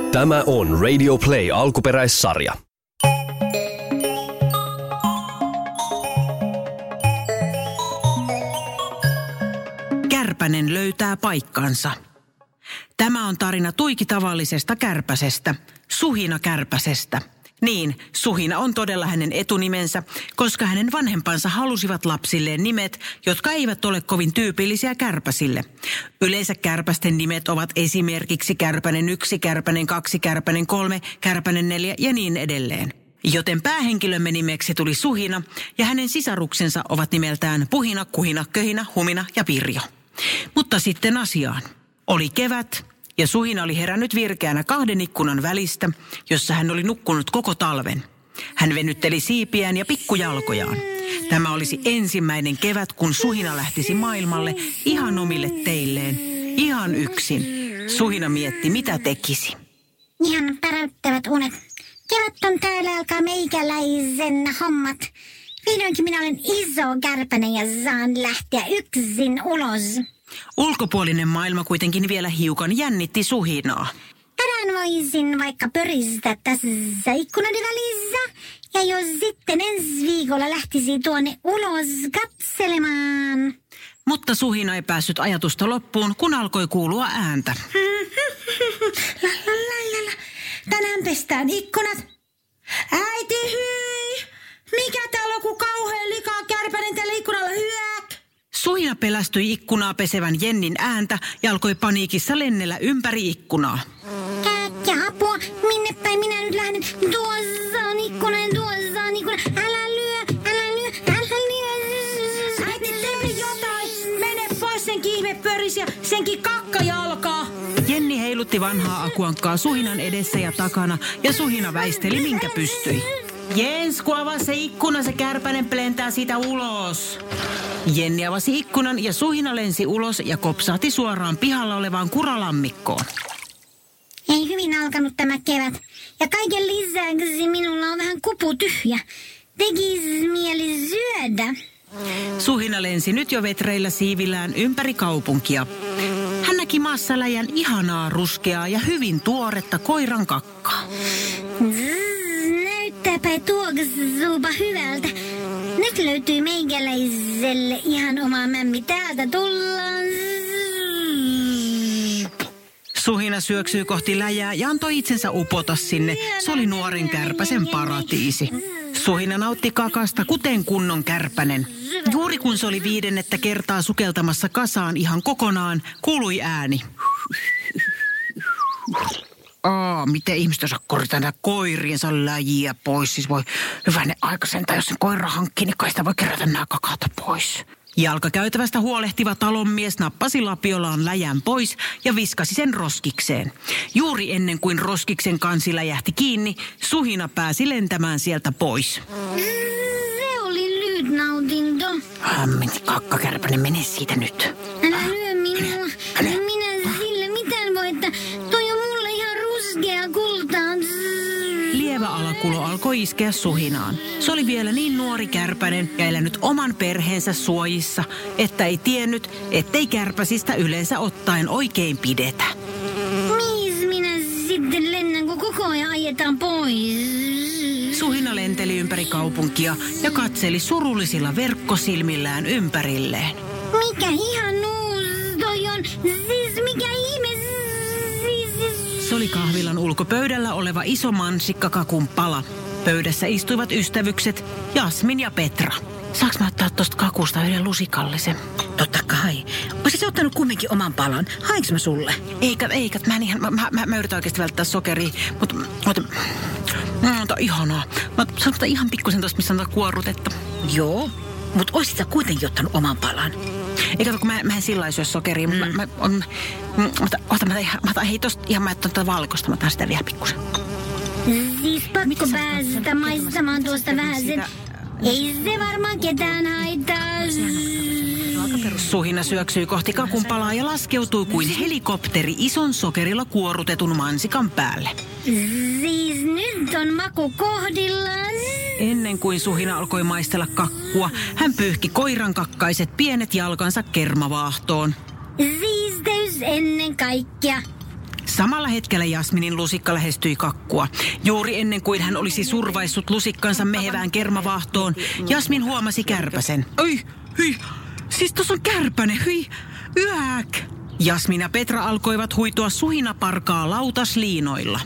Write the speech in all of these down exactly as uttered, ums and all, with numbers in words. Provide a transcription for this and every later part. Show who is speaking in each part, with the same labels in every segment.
Speaker 1: Tämä on Radio Play alkuperäissarja.
Speaker 2: Kärpänen löytää paikkansa. Tämä on tarina tuiki tavallisesta kärpäsestä, Suhina Kärpäsestä. Niin, Suhina on todella hänen etunimensä, koska hänen vanhempansa halusivat lapsilleen nimet, jotka eivät ole kovin tyypillisiä kärpäsille. Yleensä kärpästen nimet ovat esimerkiksi Kärpänen yksi, Kärpänen kaksi, Kärpänen kolme, Kärpänen neljä ja niin edelleen. Joten päähenkilömme nimeksi tuli Suhina ja hänen sisaruksensa ovat nimeltään Puhina, Kuhina, Köhinä, Humina ja Pirjo. Mutta sitten asiaan. Oli kevät ja Suhina oli herännyt virkeänä kahden ikkunan välistä, jossa hän oli nukkunut koko talven. Hän venytteli siipiään ja pikkujalkojaan. Tämä olisi ensimmäinen kevät, kun Suhina lähtisi maailmalle ihan omille teilleen, ihan yksin. Suhina mietti, mitä tekisi.
Speaker 3: Ihan päräyttävät unet. Kevät on täällä, alkaa meikäläisen hommat. Vihdoinkin minä olen iso kärpänen ja saan lähteä yksin ulos.
Speaker 2: Ulkopuolinen maailma kuitenkin vielä hiukan jännitti Suhinaa.
Speaker 3: Tänään voisin vaikka pöristä tässä ikkunoiden välissä. Ja jos sitten ensi viikolla lähtisi tuonne ulos katselemaan.
Speaker 2: Mutta Suhina ei päässyt ajatusta loppuun, kun alkoi kuulua ääntä.
Speaker 3: la, la, la, la. Tänään pestään ikkunat. Äiti, hyi! Mikä täällä on, kun kauhean likaa kärpänen tällä ikkunalla hyök?
Speaker 2: Suhina pelästyi ikkunaa pesevän Jennin ääntä ja alkoi paniikissa lennellä ympäri ikkunaa.
Speaker 3: Äkkiä apua, minne päin minä nyt lähden? Tuossa on ikkuna, tuossa on ikkuna. Älä lyö, älä lyö, älä lyö.
Speaker 4: Äiti, tee jotain. Mene pois sen kiihmepöris ja senkin kakkajalkaa.
Speaker 2: Jenni heilutti vanhaa akuankkaa Suhinan edessä ja takana ja Suhina väisteli minkä pystyi. Jens, kun avaa se ikkuna, se kärpänen plentää siitä ulos. Jenni avasi ikkunan ja Suhina lensi ulos ja kopsahti suoraan pihalla olevaan kuralammikkoon.
Speaker 3: Ei hyvin alkanut tämä kevät. Ja kaiken lisäksi minulla on vähän kupu tyhjä. Tekis mieli syödä.
Speaker 2: Suhina lensi nyt jo vetreillä siivillään ympäri kaupunkia. Hän näki maassa läjän ihanaa ruskeaa ja hyvin tuoretta koiran kakkaa.
Speaker 3: Näyttääpä tuoksuupa hyvältä. Nyt löytyy meikäläiselle ihan oma mämmi. Täältä tullaan.
Speaker 2: Suhina syöksyi kohti läjää ja antoi itsensä upota sinne. Se oli nuoren kärpäsen paratiisi. Suhina nautti kakasta kuten kunnon kärpänen. Juuri kun se oli viidennettä kertaa sukeltamassa kasaan ihan kokonaan, kuului ääni. Aa, miten ihmiset osaa korjata näitä koiriensa läjiä pois? Siis voi hyvänen aikaisen, tai jos sen koira hankkii, niin kai sitä voi kerätä nämä kakata pois. Jalkakäytävästä huolehtiva talonmies nappasi lapiolaan läjän pois ja viskasi sen roskikseen. Juuri ennen kuin roskiksen kansi läjähti kiinni, Suhina pääsi lentämään sieltä pois.
Speaker 3: Se oli lyhyt nautinto.
Speaker 2: Hämmin, kakkakärpänen, mene siitä nyt.
Speaker 3: Älä lyö minua. Minä sille mitään voi, että toi on mulle ihan ruskea kultaa.
Speaker 2: Lievä alakulo alkoi iskeä Suhinaan. Se oli vielä niin nuori kärpänen ja elänyt oman perheensä suojissa, että ei tiennyt, ettei kärpäsistä yleensä ottaen oikein pidetä.
Speaker 3: Mihin minä sitten lennän, kun koko ajan ajetaan pois?
Speaker 2: Suhina lenteli ympäri kaupunkia ja katseli surullisilla verkkosilmillään ympärilleen.
Speaker 3: Mikä ihanuus toi on? Siis mikä ihme?
Speaker 2: Se oli kahvilan ulkopöydällä oleva iso mansikkakakun pala. Pöydässä istuivat ystävykset Jasmin ja Petra. Saanko mä ottaa tosta kakusta yhden lusikallisen?
Speaker 4: Totta kai. Oisit sä ottanut kumminkin oman palan? Hainko mä sulle?
Speaker 2: Eikä, eikä. Mä, en ihan, mä, mä, mä yritän oikeasti välttää sokeria, mutta mutta mm, on ihanaa. Mä sanon ihan pikkusen tosta, missä on kuorrutetta.
Speaker 4: Joo, mutta oisit sä kuitenkin ottanut oman palan?
Speaker 2: Ei kato, kun mä, mä en sillä lailla syö sokeria. Mm. Mä, mä, on, mutta ota, mä, mä otan, hei tosta ihan mä otan tuota valkoista, mä otan sitä vielä pikkusen.
Speaker 3: Siis pakko päästä maistamaan tuosta vähän sen. Ei se varmaan ketään haittaa.
Speaker 2: Suhina syöksyi kohti kakun palaa ja laskeutui kuin helikopteri ison sokerilla kuorutetun mansikan päälle.
Speaker 3: Siis nyt on maku kohdillaan.
Speaker 2: Ennen kuin Suhina alkoi maistella kakkua, hän pyyhki koiran kakkaiset pienet jalkansa kermavaahtoon.
Speaker 3: Siisteys ennen kaikkea.
Speaker 2: Samalla hetkellä Jasminin lusikka lähestyi kakkua. Juuri ennen kuin hän olisi survaissut lusikkansa mehevään kermavaahtoon, Jasmin huomasi kärpäsen. Oi, hyi, siis tuossa on kärpänen, hyi, yäk. Jasmin ja Petra alkoivat huitoa suhinaparkaa lautasliinoilla.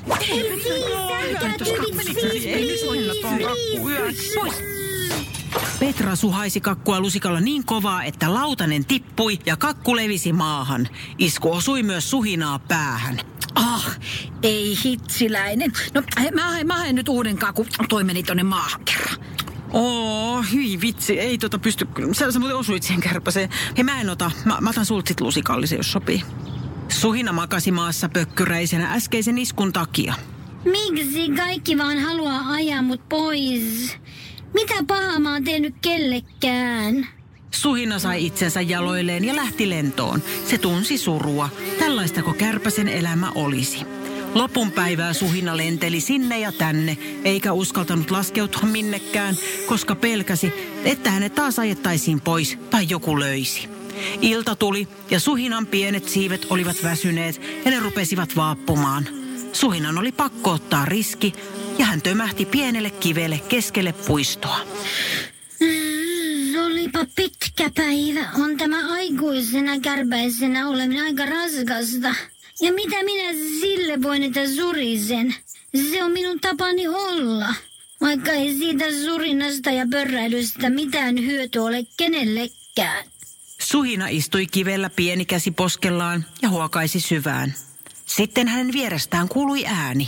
Speaker 2: Petra suhaisi kakkua lusikalla niin kovaa, että lautanen tippui ja kakku levisi maahan. Isku osui myös suhinaa päähän.
Speaker 4: Ah, ei hitsiläinen. No, mä, mä haen nyt uuden kakun. Toi meni tonne maahan kerran.
Speaker 2: Oo, hyi vitsi, ei tota pysty. Sä, sä muuten osuit siihen kärpäseen. Hei, mä en ota. Mä, mä otan sulta sit lusikallisen, jos sopii. Suhina makasi maassa pökkyräisenä äskeisen iskun takia.
Speaker 3: Miksi kaikki vaan haluaa ajaa mut pois? Mitä pahaa mä oon tehnyt kellekään?
Speaker 2: Suhina sai itsensä jaloilleen ja lähti lentoon. Se tunsi surua. Tällaistako kärpäsen elämä olisi? Lopun päivää Suhina lenteli sinne ja tänne, eikä uskaltanut laskeutua minnekään, koska pelkäsi, että hänet taas ajettaisiin pois tai joku löisi. Ilta tuli ja Suhinan pienet siivet olivat väsyneet ja ne rupesivat vaappumaan. Suhinan oli pakko ottaa riski ja hän tömähti pienelle kivelle keskelle puistoa.
Speaker 3: Mm, olipa pitkä päivä. On tämä aikuisena kärpäisenä oleminen aika raskasta. Ja mitä minä sille voin, että surisen? Se on minun tapani olla. Vaikka ei siitä surinasta ja pörräilystä mitään hyötyä ole kenellekään.
Speaker 2: Suhina istui kivellä pieni käsi poskellaan ja huokaisi syvään. Sitten hänen vierestään kuului ääni.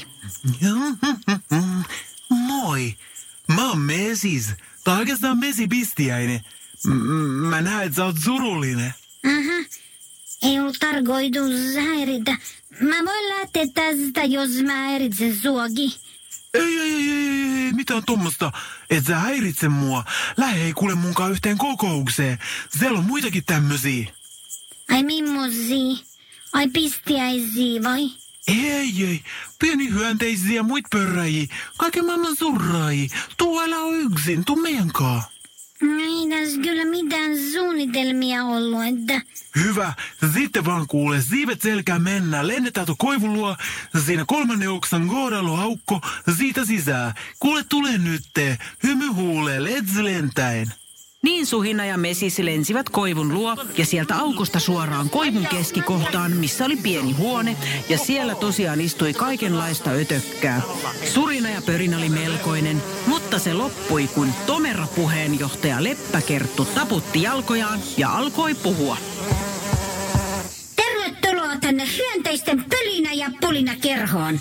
Speaker 5: Moi, mä oon Mesis. Tai oikeastaan Mesipistiäinen. M- mä näen, että sä oot surullinen.
Speaker 3: Aha, ei ollut tarkoitus häiritä. Mä voin lähteä tästä, jos mä häiritsen suakin.
Speaker 5: Ei, ei, ei, ei, ei, mitään tommoista. Et sä häiritse mua. Lähe ei kuule munkaan yhteen kokoukseen. Siellä on muitakin tämmösiä.
Speaker 3: Ai mimmosia? Ai pistiäisiä vai?
Speaker 5: Ei, ei. Pieni hyönteisiä ja muit pörräjiä. Kaiken maailman surraajia. Tuu älä oo yksin, tuu meidän kaa.
Speaker 3: Ei tässä kyllä mitään suunnitelmia ollut, että...
Speaker 5: Hyvä. Sitten vaan kuule, siivet selkään mennään. Lennetään tuon koivun luo. Siinä kolmannen oksan kohdalla aukko. Siitä sisään. Kuule, tule nytte. Hymy huulee, let's lentäen.
Speaker 2: Niin Suhina ja Mesis lensivät koivun luo ja sieltä aukosta suoraan koivun keskikohtaan, missä oli pieni huone ja siellä tosiaan istui kaikenlaista ötökkää. Surina ja pörinä oli melkoinen, mutta se loppui, kun tomera puheenjohtaja Leppäkerttu taputti jalkojaan ja alkoi puhua.
Speaker 3: Tervetuloa tänne hyönteisten pölinä ja pulina kerhoon.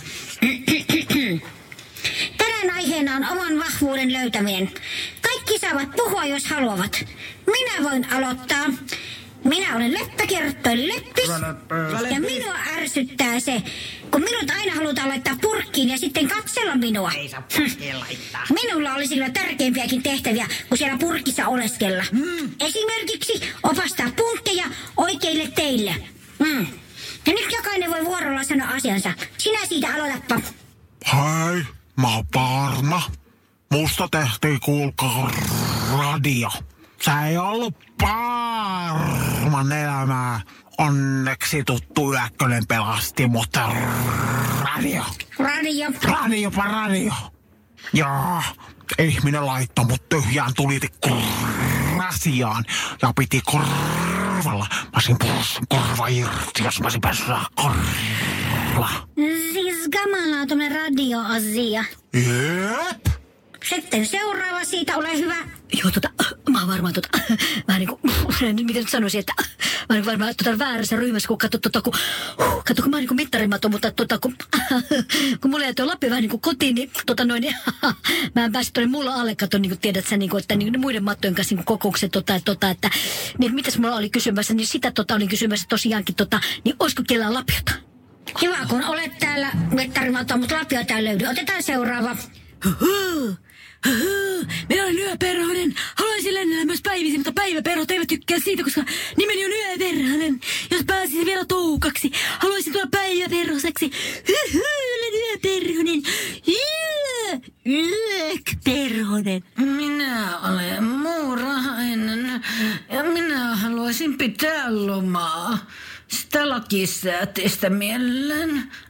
Speaker 3: Tänään aiheena on oman vahvuuden löytäminen. Kaikki saavat puhua, jos haluavat. Minä voin aloittaa. Minä olen Leppäkerttu, eli Leppis. Ja minua ärsyttää se, kun minut aina halutaan laittaa purkkiin ja sitten katsella minua.
Speaker 4: Ei saa purkkiin laittaa.
Speaker 3: Minulla olisi kyllä tärkeimpiäkin tehtäviä, kuin siellä purkissa oleskella. Mm. Esimerkiksi opastaa punkkeja oikeille teille. Mm. Ja nyt jokainen voi vuorolla sanoa asiansa. Sinä siitä aloitapa.
Speaker 5: Hei, mä oon Parma. Musta tehtiin, kuulkaa, radio. Se ei ollut Parman elämää. Onneksi tuttu Yökkönen pelasti, mutta radio.
Speaker 3: Radio.
Speaker 5: Radiopa radio. Ja ihminen laittoi mut tyhjään tulitikkurasiaan ja piti korvalla. Mä olisin pursun korva irti, jos mä olisin päässyt korvalla.
Speaker 3: Siis kamalaa tommonen radioasia.
Speaker 5: Jep.
Speaker 3: Sitten seuraava siitä, ole hyvä.
Speaker 4: Joo, tota, mä oon varmaan tota, vähän niinku, miten nyt sanoisin, että mä oon varmaan tota väärässä ryhmässä, kun katso tota, kun, katso, kun mä oon niinku mittarimaton, mutta tota, kun, kun mulla jäi tuo Lappi vähän niinku kotiin, niin tota noin, niin, mä en päässyt tuonne mulla alle, katso, niin kuin tiedät sä, niinku, että niin, muiden mattojen kanssa niinku kokoukset, tota, että, tota, että, niin mitäs mulla oli kysymässä, niin sitä tota olin kysymässä tosiaankin, tota, niin olisiko kellään lapiota?
Speaker 3: Hyvä, kun olet täällä mittarimaton, mutta lapiota ei löydy. Otetaan seuraava.
Speaker 6: Minä olen Yöperhonen. Haluaisin lennellä myös päivisin, mutta päiväperhot eivät tykkää siitä, koska nimeni on Yöperhonen. Jos pääsisin vielä toukaksi, haluaisin tulla päiväperhoseksi. Olen Yöperhonen. Yöperhonen.
Speaker 7: Minä olen muurahainen ja minä haluaisin pitää lomaa. Sitä lakisääteistä mielellään.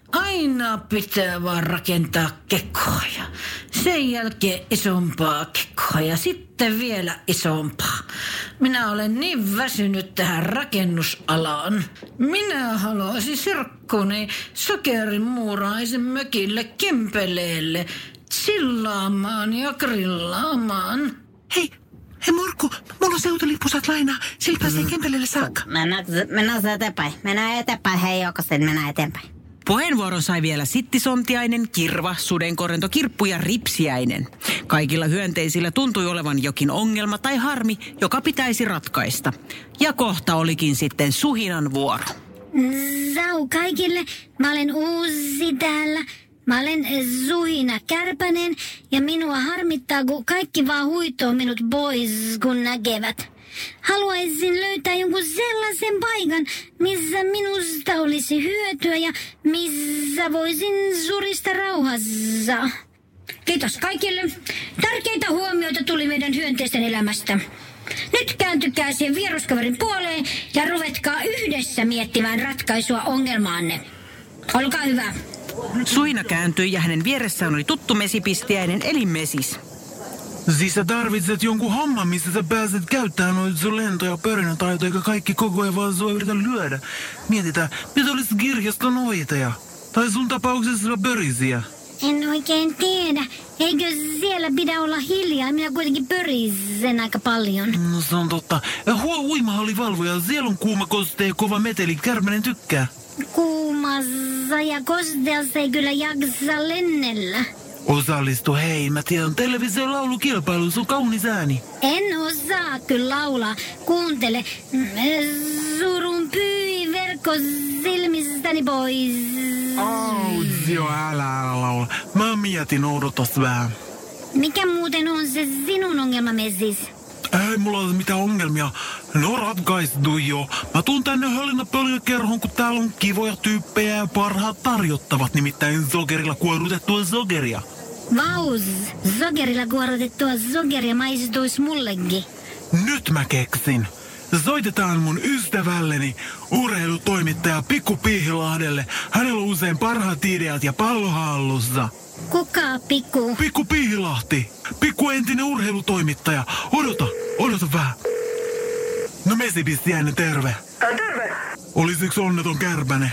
Speaker 7: Aina pitää vaan rakentaa kekkoja. Sen jälkeen isompaa kekkoa ja sitten vielä isompaa. Minä olen niin väsynyt tähän rakennusalaan. Minä haluaisin serkkuni sokerimuuraisen mökille Kempeleelle chillaamaan ja grillaamaan.
Speaker 5: Hei, hei Morkku, mulla on seutulipusat lainaa. Sillä pääsee Kempeleelle saakka.
Speaker 8: Mennään, mennään eteenpäin. Mennään eteenpäin. Hei Joukosen, mennään eteenpäin.
Speaker 2: Puheenvuoron sai vielä sittisontiainen, kirva, sudenkorento, kirppu ja ripsiäinen. Kaikilla hyönteisillä tuntui olevan jokin ongelma tai harmi, joka pitäisi ratkaista. Ja kohta olikin sitten suhinan vuoro.
Speaker 3: Zau kaikille, mä olen uusi täällä. Mä olen Suhina Kärpänen ja minua harmittaa, kun kaikki vaan huitoo minut pois, kun näkevät. Haluaisin löytää jonkun sellaisen paikan, missä minusta olisi hyötyä ja missä voisin surista rauhassa. Kiitos kaikille. Tärkeitä huomioita tuli meidän hyönteisten elämästä. Nyt kääntykää siihen vieruskaverin puoleen ja ruvetkaa yhdessä miettimään ratkaisua ongelmaanne. Olkaa hyvä.
Speaker 2: Suhina kääntyi ja hänen vieressään oli tuttu mesipistiäinen eli Mesis.
Speaker 5: Siis sä tarvitset jonkun homman, missä sä pääset käyttämään noita sun lento- ja pörinätaitoja, eikä kaikki koko ajan vaan sua yritä lyödä. Mietitään, mitä olisi kirjaston hoitaja? Tai sun tapauksessa pörisiä?
Speaker 3: En oikein tiedä. Eikö siellä pidä olla hiljaa? Minä kuitenkin pörisen aika paljon.
Speaker 5: No se on totta. Huo uimahallivalvoja, siellä on kuuma koste ja kova meteli. Kärpänen tykkää.
Speaker 3: Kuumassa ja kosteassa ei kyllä jaksa lennellä.
Speaker 5: Osallistu, hei, mä tiedän, television laulukilpailu, sun kaunis ääni.
Speaker 3: En osaa kyllä laulaa. Kuuntele. Surun pyi verkko silmistäni pois.
Speaker 5: Auts, joo, älä, älä laula. Mä mietin, odotas vähän.
Speaker 3: Mikä muuten on se sinun ongelma, Mesis?
Speaker 5: Ei mulla ole mitään ongelmia. No ratkaistu jo. Mä tuun tänne hölinäpölinäkerhoon, kun täällä on kivoja tyyppejä ja parhaat tarjottavat. Nimittäin sokerilla kuorutettua sokeria.
Speaker 3: Vaus, sokerilla kuorutettua sokeria maistuisi mullekin.
Speaker 5: Nyt mä keksin. Soitetaan mun ystävälleni, urheilutoimittaja Pikku Piihilahdelle. Hänellä on usein parhaat ideat ja pallo hallussa.
Speaker 3: Kuka, Pikku?
Speaker 5: Pikku Piihilahti. Pikku entinen urheilutoimittaja. Odota, odota vähän. No mesipistiäinen, terve.
Speaker 9: Ää, terve.
Speaker 5: Olisiko onneton Kärpänen?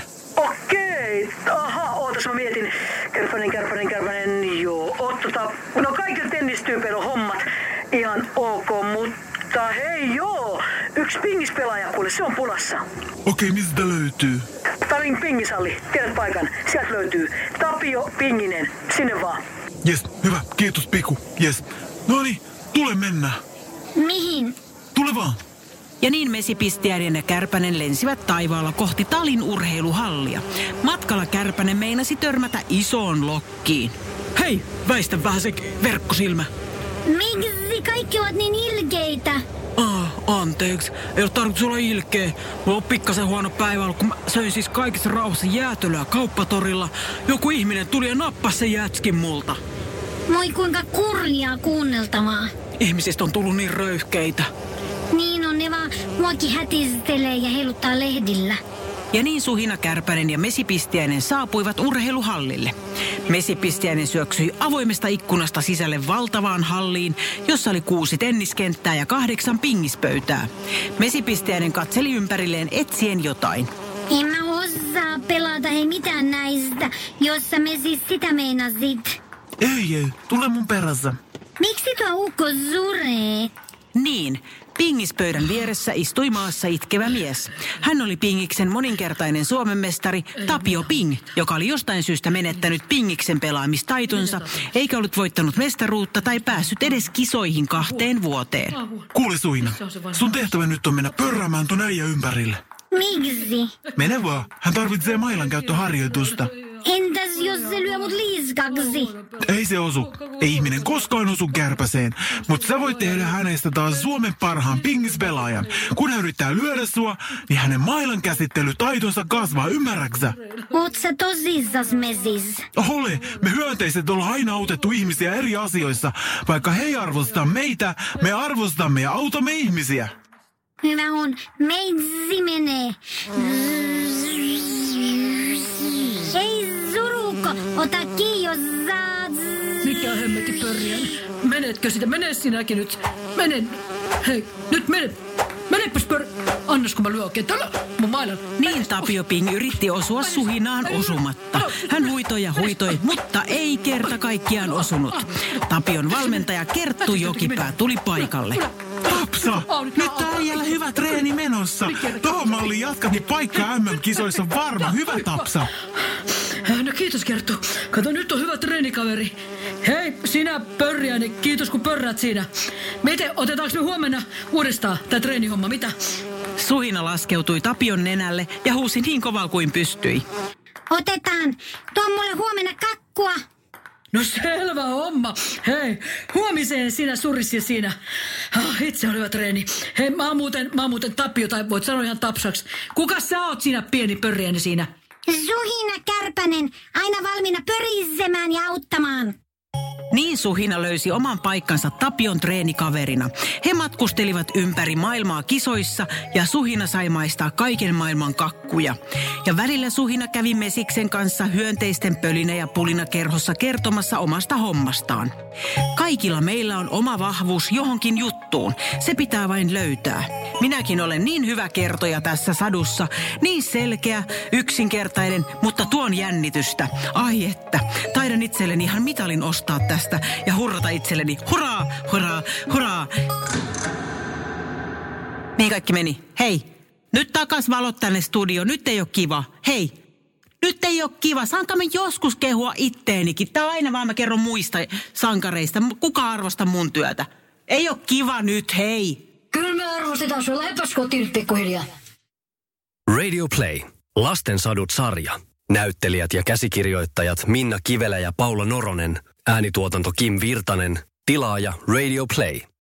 Speaker 9: Okei. Aha, ootas mä mietin. Kärpänen, Kärpänen, Kärpänen, joo. Oot tota, no kaikilla tennistyypeillä on hommat ihan ok, mutta hei joo. Yksi pingispelaaja kuule, se on pulassa.
Speaker 5: Okei, mistä löytyy?
Speaker 9: Tarin pingisalli, tiedät paikan. Sieltä löytyy Tapio Pinginen. Sinne vaan.
Speaker 5: Jes, hyvä. Kiitos Piku. Jes. Noniin, tule mennä.
Speaker 3: Mihin?
Speaker 5: Tule vaan.
Speaker 2: Ja niin mesipistiäinen ja Kärpänen lensivät taivaalla kohti Talin urheiluhallia. Matkalla Kärpänen meinasi törmätä isoon lokkiin. Hei, väistä vähän se verkkosilmä.
Speaker 3: Miksi kaikki ovat niin ilkeitä?
Speaker 2: Ah, anteeksi. Ei ole tarkoitus olla ilkeä. Mulla on pikkasen huono päivä ollut, kun mä söin siis kaikissa rauhassa jäätelöä kauppatorilla. Joku ihminen tuli ja nappasi sen jätskin multa.
Speaker 3: Moi kuinka kurjaa kuunneltavaa.
Speaker 2: Ihmisistä on tullut niin röyhkeitä.
Speaker 3: Niin on, ne vaan muakin hätistelee ja heiluttaa lehdillä.
Speaker 2: Ja niin Suhina Kärpänen ja Mesipistiäinen saapuivat urheiluhallille. Mesipistiäinen syöksyi avoimesta ikkunasta sisälle valtavaan halliin, jossa oli kuusi tenniskenttää ja kahdeksan pingispöytää. Mesipistiäinen katseli ympärilleen etsien jotain.
Speaker 3: En mä osaa pelata hei mitään näistä, jos sä Mesis sitä meinasit.
Speaker 5: Ei, ei. Tule mun perässä.
Speaker 3: Miksi tuo ukko suree?
Speaker 2: Niin, pingispöydän vieressä istui maassa itkevä mies. Hän oli pingiksen moninkertainen Suomen mestari Tapio Ping, joka oli jostain syystä menettänyt pingiksen pelaamistaitonsa, eikä ollut voittanut mestaruutta tai päässyt edes kisoihin kahteen vuoteen.
Speaker 5: Kuule Suhina, sun tehtävä nyt on mennä pörräämään ton äijä ympärille.
Speaker 3: Miksi?
Speaker 5: Mene vaan, hän tarvitsee mailankäyttöharjoitusta.
Speaker 3: Entäs jos se lyö mut liiskaksi?
Speaker 5: Ei se osu. Ei ihminen koskaan osu kärpäseen. Mutta sä voit tehdä hänestä taas Suomen parhaan pingispelaajan. Kun hän yrittää lyödä sua, niin hänen mailan käsittelytaitonsa kasvaa, ymmärräksä?
Speaker 3: Oot sä tosissas, Mesis?
Speaker 5: Ole, me hyönteiset ollaan aina autettu ihmisiä eri asioissa. Vaikka he ei arvosta meitä, me arvostamme ja autamme ihmisiä.
Speaker 3: Hyvä on. Meitsi menee. Ei Aukko, ota kiinni, jos saat.
Speaker 4: Mikä hemmetti pörriän? Menetkö sitä? Mene sinäkin nyt. Mene. Hei, nyt mene. Menepäs pör... Annas kun mä lyön oikein. Tällä mun mailan.
Speaker 2: Niin Tapio Ping yritti osua Suhinaan osumatta. Hän huitoi ja huitoi, mutta ei kerta kaikkiaan osunut. Tapion valmentaja Kerttu Jokipää tuli paikalle.
Speaker 5: Tapsa, nyt tää on jälleen hyvä treeni menossa. Tohon malliin jatkat, niin paikka M M-kisoissa on varma. Hyvä, Tapsa.
Speaker 4: No kiitos Kerttu. Kato, nyt on hyvä treenikaveri. Hei, sinä Pörriäinen, kiitos kun pörrät siinä. Miten, otetaanko me huomenna uudestaan tää treenihomma, mitä?
Speaker 2: Suhina laskeutui Tapion nenälle ja huusi niin kovaa kuin pystyi.
Speaker 3: Otetaan. Tuo mulle huomenna kakkua.
Speaker 4: No selvä homma. Hei, huomiseen sinä surissi siinä. Ah, itse on hyvä treeni. Hei, mä oon muuten, mä oon muuten Tapio, tai voit sanoa ihan Tapsaksi. Kuka sä oot siinä pieni Pörriäinen siinä?
Speaker 3: Suhina Kärpänen, aina valmiina pörisemään ja auttamaan.
Speaker 2: Niin Suhina löysi oman paikkansa Tapion treenikaverina. He matkustelivat ympäri maailmaa kisoissa ja Suhina sai maistaa kaiken maailman kakkuja. Ja välillä Suhina kävi Mesiksen kanssa hyönteisten pölinä ja pulina kerhossa kertomassa omasta hommastaan. Kaikilla meillä on oma vahvuus johonkin juttuun. Se pitää vain löytää. Minäkin olen niin hyvä kertoja tässä sadussa. Niin selkeä, yksinkertainen, mutta tuon jännitystä. Ai että, taidan itselleni ihan mitalin ostaa tästä ja hurrata itselleni. Hurraa, hurraa, hurraa. Mihin kaikki meni? Hei, nyt takas valot tänne studioon. Nyt ei ole kiva. Hei, nyt ei ole kiva. Saanko mä joskus kehua itteenikin? Tää on aina vaan mä kerron muista sankareista. Kuka arvostaa mun työtä? Ei ole kiva nyt, hei.
Speaker 4: Kyllä me arvostetaan sulla. Epäs kotiin pikkuhiljaa.
Speaker 1: Radio Play. Lasten sadut sarja. Näyttelijät ja käsikirjoittajat Minna Kivelä ja Paula Noronen. Äänituotanto Kim Virtanen. Tilaaja Radio Play.